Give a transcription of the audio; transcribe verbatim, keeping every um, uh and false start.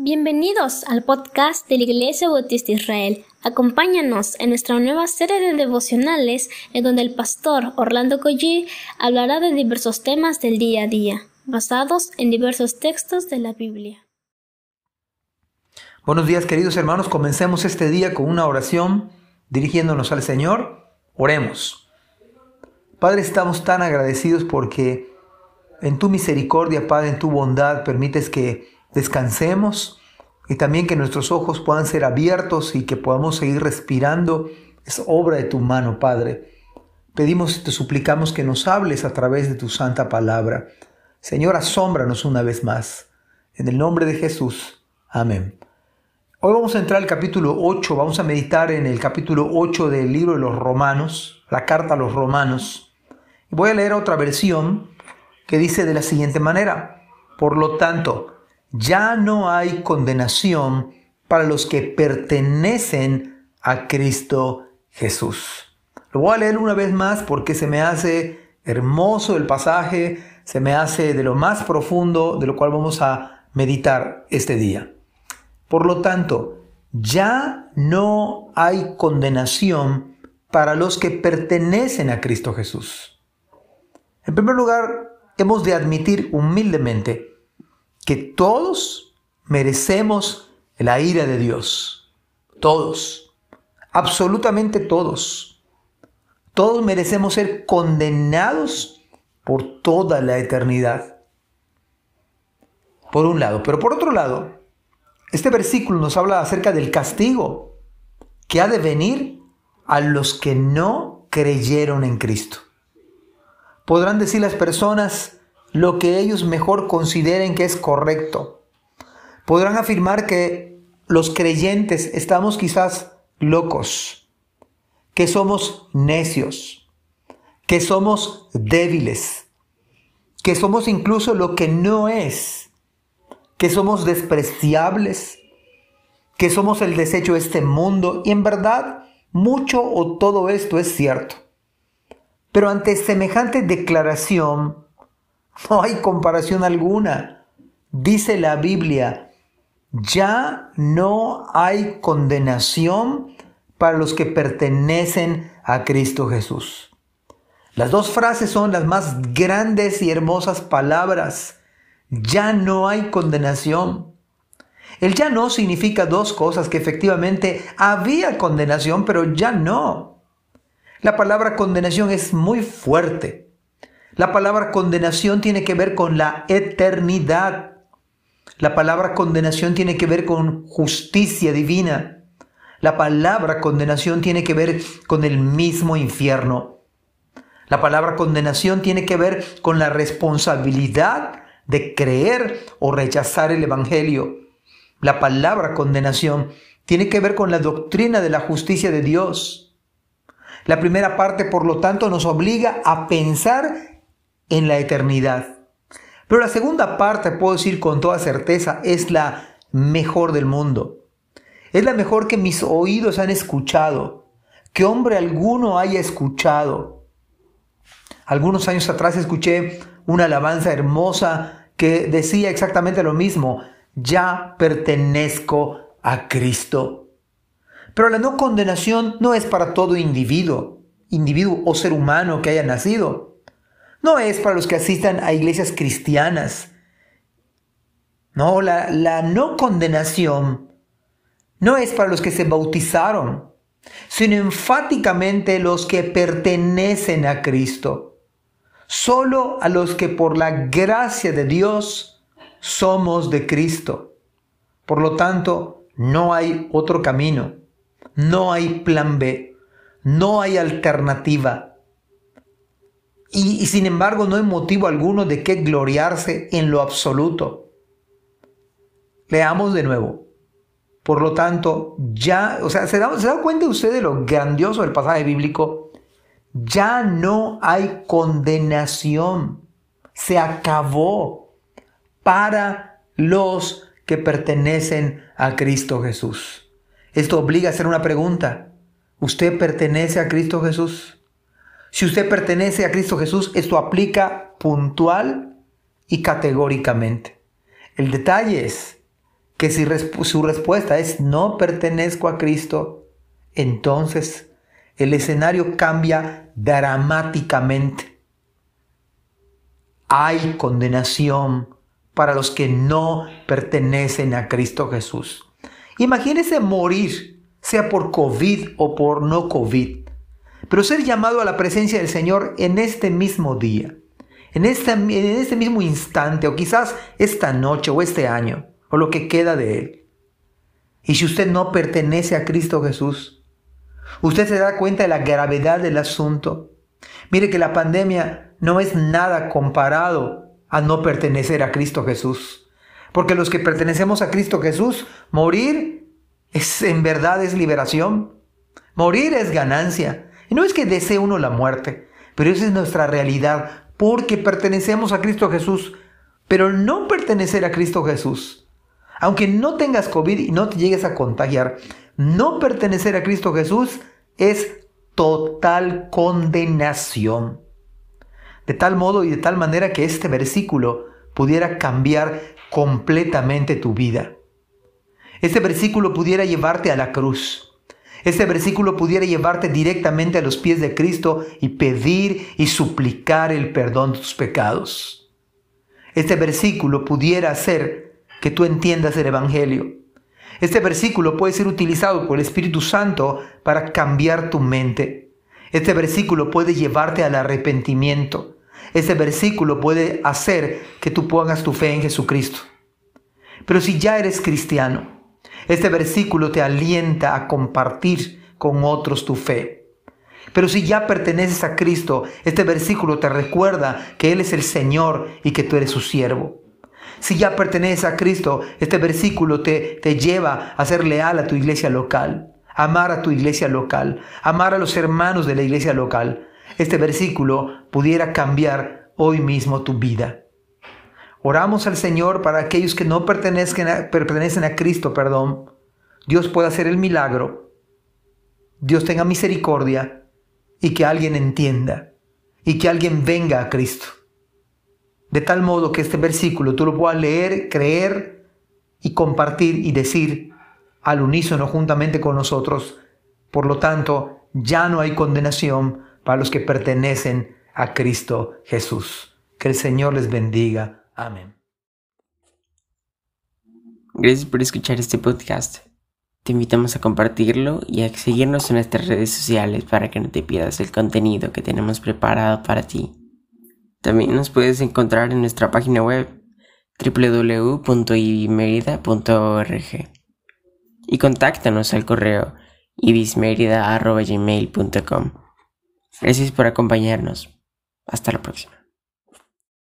Bienvenidos al podcast de la Iglesia Bautista Israel. Acompáñanos en nuestra nueva serie de devocionales en donde el pastor Orlando Collie hablará de diversos temas del día a día, basados en diversos textos de la Biblia. Buenos días, queridos hermanos. Comencemos este día con una oración dirigiéndonos al Señor. Oremos. Padre, estamos tan agradecidos porque en tu misericordia, Padre, en tu bondad, permites que descansemos y también que nuestros ojos puedan ser abiertos y que podamos seguir respirando. Es obra de tu mano, Padre. Pedimos y te suplicamos que nos hables a través de tu santa palabra. Señor, asómbranos una vez más. En el nombre de Jesús. Amén. Hoy vamos a entrar al capítulo ocho. Vamos a meditar en el capítulo ocho del libro de los Romanos, la carta a los Romanos. Voy a leer otra versión que dice de la siguiente manera: por lo tanto, ya no hay condenación para los que pertenecen a Cristo Jesús. Lo voy a leer una vez más porque se me hace hermoso el pasaje, se me hace de lo más profundo, de lo cual vamos a meditar este día. Por lo tanto, ya no hay condenación para los que pertenecen a Cristo Jesús. En primer lugar, hemos de admitir humildemente que todos merecemos la ira de Dios. Todos. Absolutamente todos. Todos merecemos ser condenados por toda la eternidad. Por un lado. Pero por otro lado, este versículo nos habla acerca del castigo que ha de venir a los que no creyeron en Cristo. Podrán decir las personas lo que ellos mejor consideren que es correcto. Podrán afirmar que los creyentes estamos quizás locos, que somos necios, que somos débiles, que somos incluso lo que no es, que somos despreciables, que somos el desecho de este mundo. Y en verdad, mucho o todo esto es cierto. Pero ante semejante declaración, no hay comparación alguna. Dice la Biblia: ya no hay condenación para los que pertenecen a Cristo Jesús. Las dos frases son las más grandes y hermosas palabras. Ya no hay condenación. El ya no significa dos cosas: que efectivamente había condenación, pero ya no. La palabra condenación es muy fuerte. La palabra condenación tiene que ver con la eternidad. La palabra condenación tiene que ver con justicia divina. La palabra condenación tiene que ver con el mismo infierno. La palabra condenación tiene que ver con la responsabilidad de creer o rechazar el Evangelio. La palabra condenación tiene que ver con la doctrina de la justicia de Dios. La primera parte, por lo tanto, nos obliga a pensar en la eternidad. Pero la segunda parte, puedo decir con toda certeza, es la mejor del mundo. Es la mejor que mis oídos han escuchado, que hombre alguno haya escuchado. Algunos años atrás escuché una alabanza hermosa que decía exactamente lo mismo: ya pertenezco a Cristo. Pero la no condenación no es para todo individuo, individuo o ser humano que haya nacido. No es para los que asistan a iglesias cristianas. No, la, la no condenación no es para los que se bautizaron, sino enfáticamente los que pertenecen a Cristo. Solo a los que por la gracia de Dios somos de Cristo. Por lo tanto, no hay otro camino, no hay plan B, no hay alternativa. Y, y sin embargo, no hay motivo alguno de qué gloriarse en lo absoluto. Leamos de nuevo. Por lo tanto, ya, o sea, ¿se da, ¿se da cuenta usted de lo grandioso del pasaje bíblico? Ya no hay condenación. Se acabó para los que pertenecen a Cristo Jesús. Esto obliga a hacer una pregunta. ¿Usted pertenece a Cristo Jesús? Si usted pertenece a Cristo Jesús, esto aplica puntual y categóricamente. El detalle es que si resp- su respuesta es no pertenezco a Cristo, entonces el escenario cambia dramáticamente. Hay condenación para los que no pertenecen a Cristo Jesús. Imagínese morir, sea por COVID o por no COVID, pero ser llamado a la presencia del Señor en este mismo día, en este, en este mismo instante, o quizás esta noche o este año, o lo que queda de él. Y si usted no pertenece a Cristo Jesús, usted se da cuenta de la gravedad del asunto. Mire que la pandemia no es nada comparado a no pertenecer a Cristo Jesús. Porque los que pertenecemos a Cristo Jesús, morir es, en verdad es liberación. Morir es ganancia. Y no es que desee uno la muerte, pero esa es nuestra realidad, porque pertenecemos a Cristo Jesús. Pero no pertenecer a Cristo Jesús, aunque no tengas COVID y no te llegues a contagiar, no pertenecer a Cristo Jesús es total condenación. De tal modo y de tal manera que este versículo pudiera cambiar completamente tu vida. Este versículo pudiera llevarte a la cruz. Este versículo pudiera llevarte directamente a los pies de Cristo y pedir y suplicar el perdón de tus pecados. Este versículo pudiera hacer que tú entiendas el Evangelio. Este versículo puede ser utilizado por el Espíritu Santo para cambiar tu mente. Este versículo puede llevarte al arrepentimiento. Este versículo puede hacer que tú pongas tu fe en Jesucristo. Pero si ya eres cristiano, este versículo te alienta a compartir con otros tu fe. Pero si ya perteneces a Cristo, este versículo te recuerda que Él es el Señor y que tú eres su siervo. Si ya perteneces a Cristo, este versículo te, te lleva a ser leal a tu iglesia local, amar a tu iglesia local, amar a los hermanos de la iglesia local. Este versículo pudiera cambiar hoy mismo tu vida. Oramos al Señor para aquellos que no pertenecen a, pertenecen a Cristo, perdón. Dios pueda hacer el milagro. Dios tenga misericordia y que alguien entienda y que alguien venga a Cristo. De tal modo que este versículo tú lo puedas leer, creer y compartir y decir al unísono juntamente con nosotros. Por lo tanto, ya no hay condenación para los que pertenecen a Cristo Jesús. Que el Señor les bendiga. Amén. Gracias por escuchar este podcast. Te invitamos a compartirlo y a seguirnos en nuestras redes sociales para que no te pierdas el contenido que tenemos preparado para ti. También nos puedes encontrar en nuestra página web doble u doble u doble u punto ibismerida punto org y contáctanos al correo ibismerida arroba gmail punto com. Gracias por acompañarnos. Hasta la próxima.